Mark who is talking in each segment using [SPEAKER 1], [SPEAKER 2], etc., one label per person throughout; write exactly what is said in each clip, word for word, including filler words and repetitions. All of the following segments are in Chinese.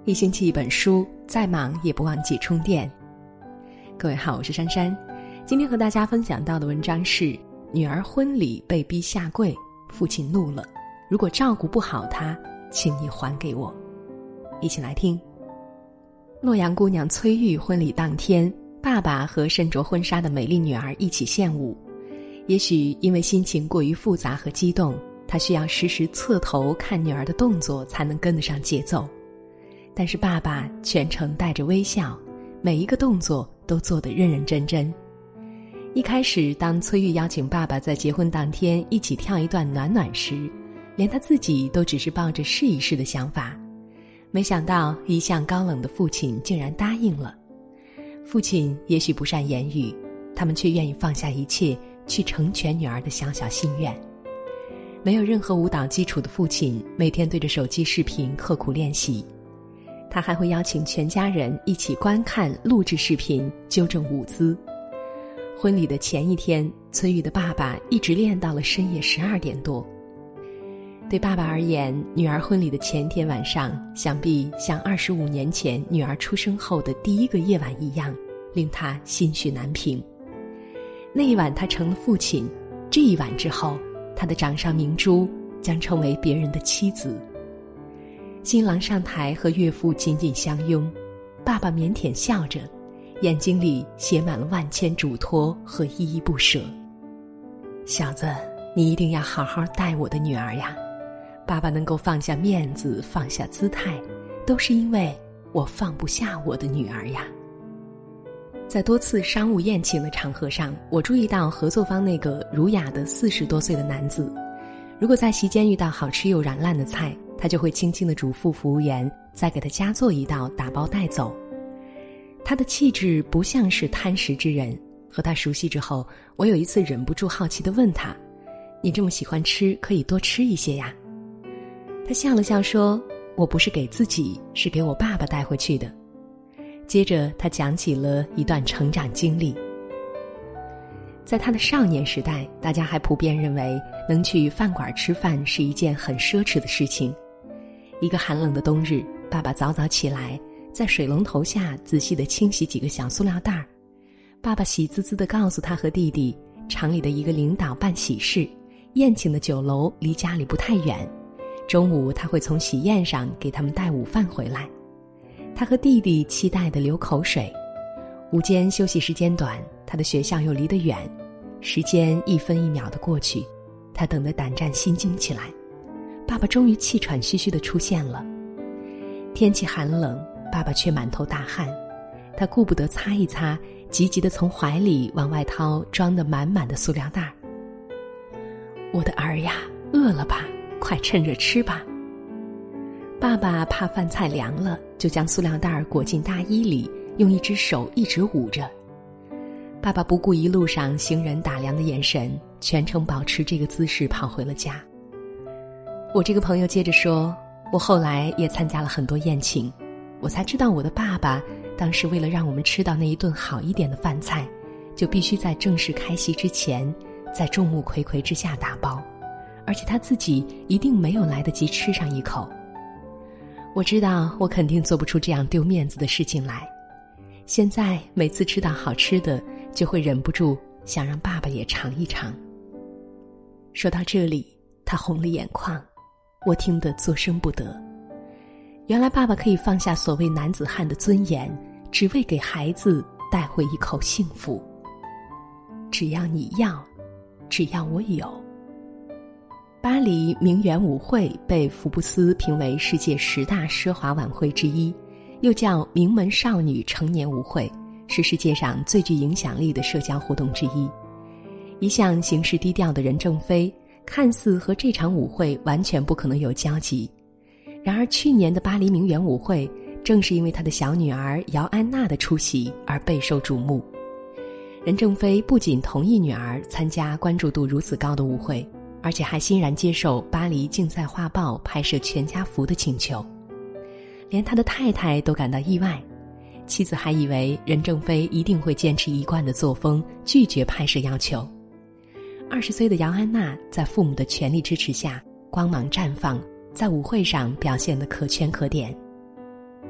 [SPEAKER 1] 一星期一本书，再忙也不忘记充电。各位好，我是珊珊。今天和大家分享到的文章是女儿婚礼被逼下跪，父亲怒了，如果照顾不好她，请你还给我。一起来听。洛阳姑娘崔玉婚礼当天，爸爸和身着婚纱的美丽女儿一起献舞。也许因为心情过于复杂和激动，他需要时时侧头看女儿的动作才能跟得上节奏。但是爸爸全程带着微笑，每一个动作都做得认认真真。一开始当崔玉邀请爸爸在结婚当天一起跳一段暖暖时，连他自己都只是抱着试一试的想法，没想到一向高冷的父亲竟然答应了。父亲也许不善言语，他们却愿意放下一切去成全女儿的小小心愿。没有任何舞蹈基础的父亲每天对着手机视频刻苦练习，他还会邀请全家人一起观看录制视频，纠正舞姿。婚礼的前一天，崔玉的爸爸一直练到了深夜十二点多。对爸爸而言，女儿婚礼的前天晚上，想必像二十五年前女儿出生后的第一个夜晚一样，令他心绪难平。那一晚他成了父亲，这一晚之后，他的掌上明珠将成为别人的妻子。新郎上台和岳父紧紧相拥，爸爸腼腆笑着，眼睛里写满了万千嘱托和依依不舍。小子，你一定要好好待我的女儿呀！爸爸能够放下面子，放下姿态，都是因为我放不下我的女儿呀。在多次商务宴请的场合上，我注意到合作方那个儒雅的四十多岁的男子，如果在席间遇到好吃又软烂的菜，他就会轻轻地嘱咐服务员再给他加做一道，打包带走。他的气质不像是贪食之人，和他熟悉之后，我有一次忍不住好奇地问他，你这么喜欢吃，可以多吃一些呀。他笑了笑说，我不是给自己，是给我爸爸带回去的。接着他讲起了一段成长经历。在他的少年时代，大家还普遍认为能去饭馆吃饭是一件很奢侈的事情。一个寒冷的冬日，爸爸早早起来，在水龙头下仔细地清洗几个小塑料袋儿。爸爸喜滋滋地告诉他和弟弟，厂里的一个领导办喜事，宴请的酒楼离家里不太远，中午他会从喜宴上给他们带午饭回来。他和弟弟期待地流口水。午间休息时间短，他的学校又离得远，时间一分一秒地过去，他等得胆战心惊起来。爸爸终于气喘吁吁地出现了。天气寒冷，爸爸却满头大汗，他顾不得擦一擦，急急地从怀里往外掏装得满满的塑料袋。我的儿呀，饿了吧？快趁热吃吧。爸爸怕饭菜凉了，就将塑料袋裹进大衣里，用一只手一直捂着。爸爸不顾一路上行人打量的眼神，全程保持这个姿势跑回了家。我这个朋友接着说，我后来也参加了很多宴请，我才知道我的爸爸当时为了让我们吃到那一顿好一点的饭菜，就必须在正式开席之前，在众目睽睽之下打包，而且他自己一定没有来得及吃上一口。我知道我肯定做不出这样丢面子的事情来，现在每次吃到好吃的，就会忍不住想让爸爸也尝一尝。说到这里，他红了眼眶，我听得作声不得。原来爸爸可以放下所谓男子汉的尊严，只为给孩子带回一口幸福。只要你要，只要我有。巴黎名媛舞会被福布斯评为世界十大奢华晚会之一，又叫名门少女成年舞会，是世界上最具影响力的社交活动之一。一向行事低调的任正非，看似和这场舞会完全不可能有交集。然而去年的巴黎名媛舞会，正是因为他的小女儿姚安娜的出席而备受瞩目。任正非不仅同意女儿参加关注度如此高的舞会，而且还欣然接受巴黎竞赛画报拍摄全家福的请求。连他的太太都感到意外，妻子还以为任正非一定会坚持一贯的作风，拒绝拍摄要求。二十岁的姚安娜在父母的全力支持下，光芒绽放，在舞会上表现得可圈可点。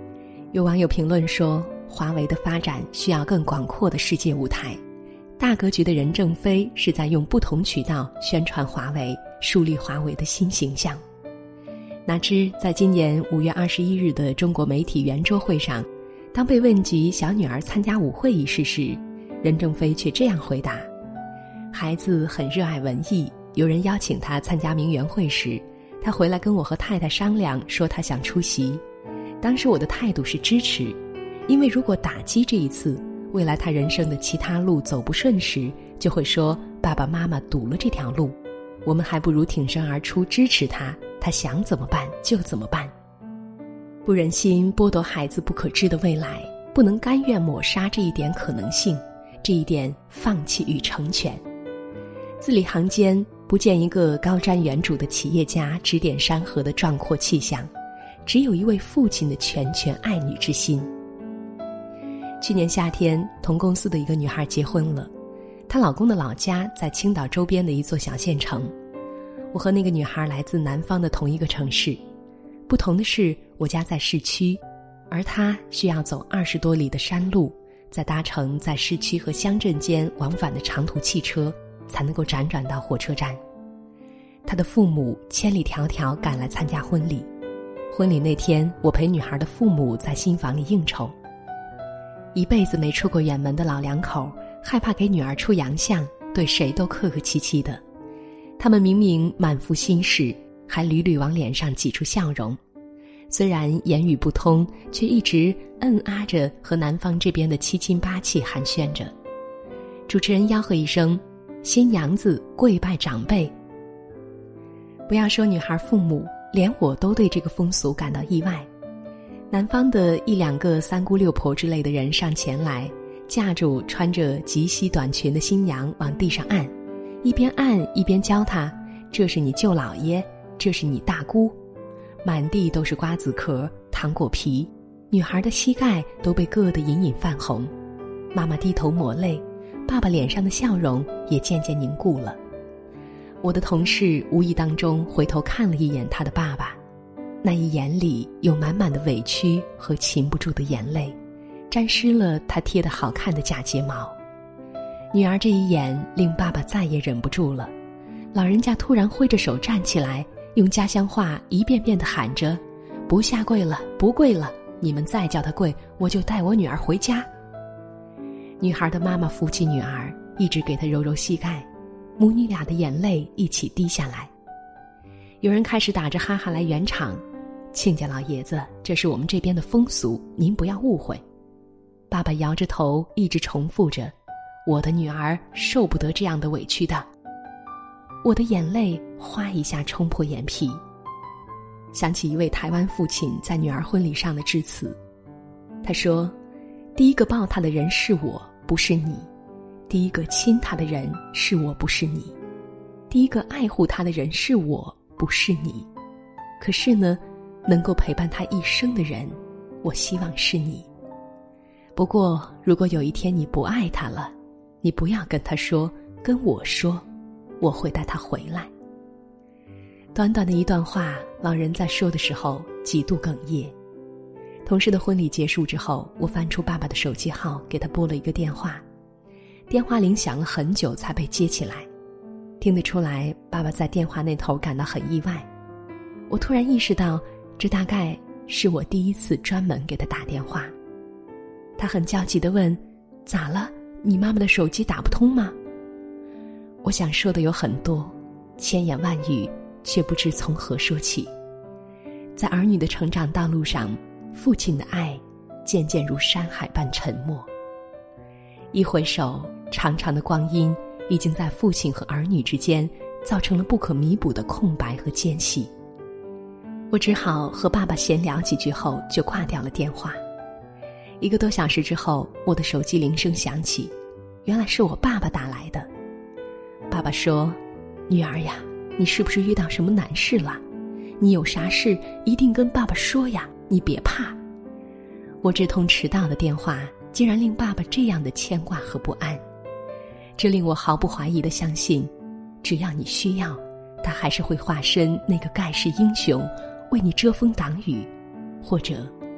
[SPEAKER 1] 有网友评论说，华为的发展需要更广阔的世界舞台，大格局的任正非是在用不同渠道宣传华为，树立华为的新形象。哪知在今年五月二十一日的中国媒体圆桌会上，当被问及小女儿参加舞会一事时，任正非却这样回答：孩子很热爱文艺，有人邀请他参加名媛会时，他回来跟我和太太商量，说他想出席。当时我的态度是支持，因为如果打击这一次，未来他人生的其他路走不顺时，就会说爸爸妈妈堵了这条路，我们还不如挺身而出支持他，他想怎么办就怎么办。不忍心剥夺孩子不可知的未来，不能甘愿抹杀这一点可能性，这一点放弃与成全。字里行间不见一个高瞻远瞩的企业家指点山河的壮阔气象，只有一位父亲的拳拳爱女之心。去年夏天，同公司的一个女孩结婚了，她老公的老家在青岛周边的一座小县城。我和那个女孩来自南方的同一个城市，不同的是我家在市区，而她需要走二十多里的山路，再搭乘在市区和乡镇间往返的长途汽车，才能够辗转到火车站。她的父母千里迢迢赶来参加婚礼，婚礼那天，我陪女孩的父母在新房里应酬。一辈子没出过远门的老两口，害怕给女儿出洋相，对谁都客客气气的。他们明明满腹心事，还屡屡往脸上挤出笑容。虽然言语不通，却一直嗯啊着和南方这边的七亲八戚寒暄着。主持人吆喝一声：新娘子跪拜长辈。不要说女孩父母，连我都对这个风俗感到意外。南方的一两个三姑六婆之类的人上前来，架住穿着及膝短裙的新娘往地上按，一边按一边教她：这是你舅姥爷，这是你大姑。满地都是瓜子壳、糖果皮，女孩的膝盖都被硌得隐隐泛红。妈妈低头抹泪，爸爸脸上的笑容也渐渐凝固了。我的同事无意当中回头看了一眼他的爸爸，那一眼里有满满的委屈和禁不住的眼泪，沾湿了他贴得好看的假睫毛。女儿这一眼令爸爸再也忍不住了，老人家突然挥着手站起来，用家乡话一遍遍地喊着：不下跪了，不跪了，你们再叫她跪，我就带我女儿回家。女孩的妈妈扶起女儿，一直给她揉揉膝盖，母女俩的眼泪一起滴下来。有人开始打着哈哈来圆场：亲家老爷子，这是我们这边的风俗，您不要误会。爸爸摇着头一直重复着：我的女儿受不得这样的委屈的。我的眼泪哗一下冲破眼皮，想起一位台湾父亲在女儿婚礼上的致辞。他说：第一个抱她的人是我，不是你；第一个亲她的人是我，不是你；第一个爱护她的人是我，不是你。可是呢，能够陪伴她一生的人，我希望是你。不过如果有一天你不爱她了，你不要跟她说，跟我说，我会带她回来。短短的一段话，老人在说的时候几度哽咽。同事的婚礼结束之后，我翻出爸爸的手机号，给他拨了一个电话。电话铃响了很久才被接起来，听得出来爸爸在电话那头感到很意外。我突然意识到，这大概是我第一次专门给他打电话。他很焦急地问：咋了？你妈妈的手机打不通吗？我想说的有很多，千言万语，却不知从何说起。在儿女的成长道路上，父亲的爱渐渐如山海般沉默。一回首，长长的光阴已经在父亲和儿女之间造成了不可弥补的空白和间隙。我只好和爸爸闲聊几句后就挂掉了电话。一个多小时之后，我的手机铃声响起，原来是我爸爸打来的。爸爸说：女儿呀，你是不是遇到什么难事了？你有啥事一定跟爸爸说呀，你别怕。我这通迟到的电话竟然令爸爸这样的牵挂和不安，这令我毫不怀疑地相信，只要你需要，他还是会化身那个盖世英雄，为你遮风挡雨，或者带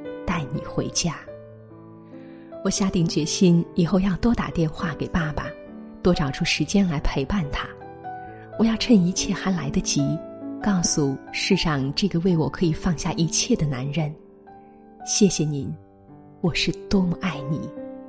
[SPEAKER 1] 你回家。我下定决心，以后要多打电话给爸爸，多找出时间来陪伴他。我要趁一切还来得及，告诉世上这个为我可以放下一切的男人，谢谢您，我是多么爱你。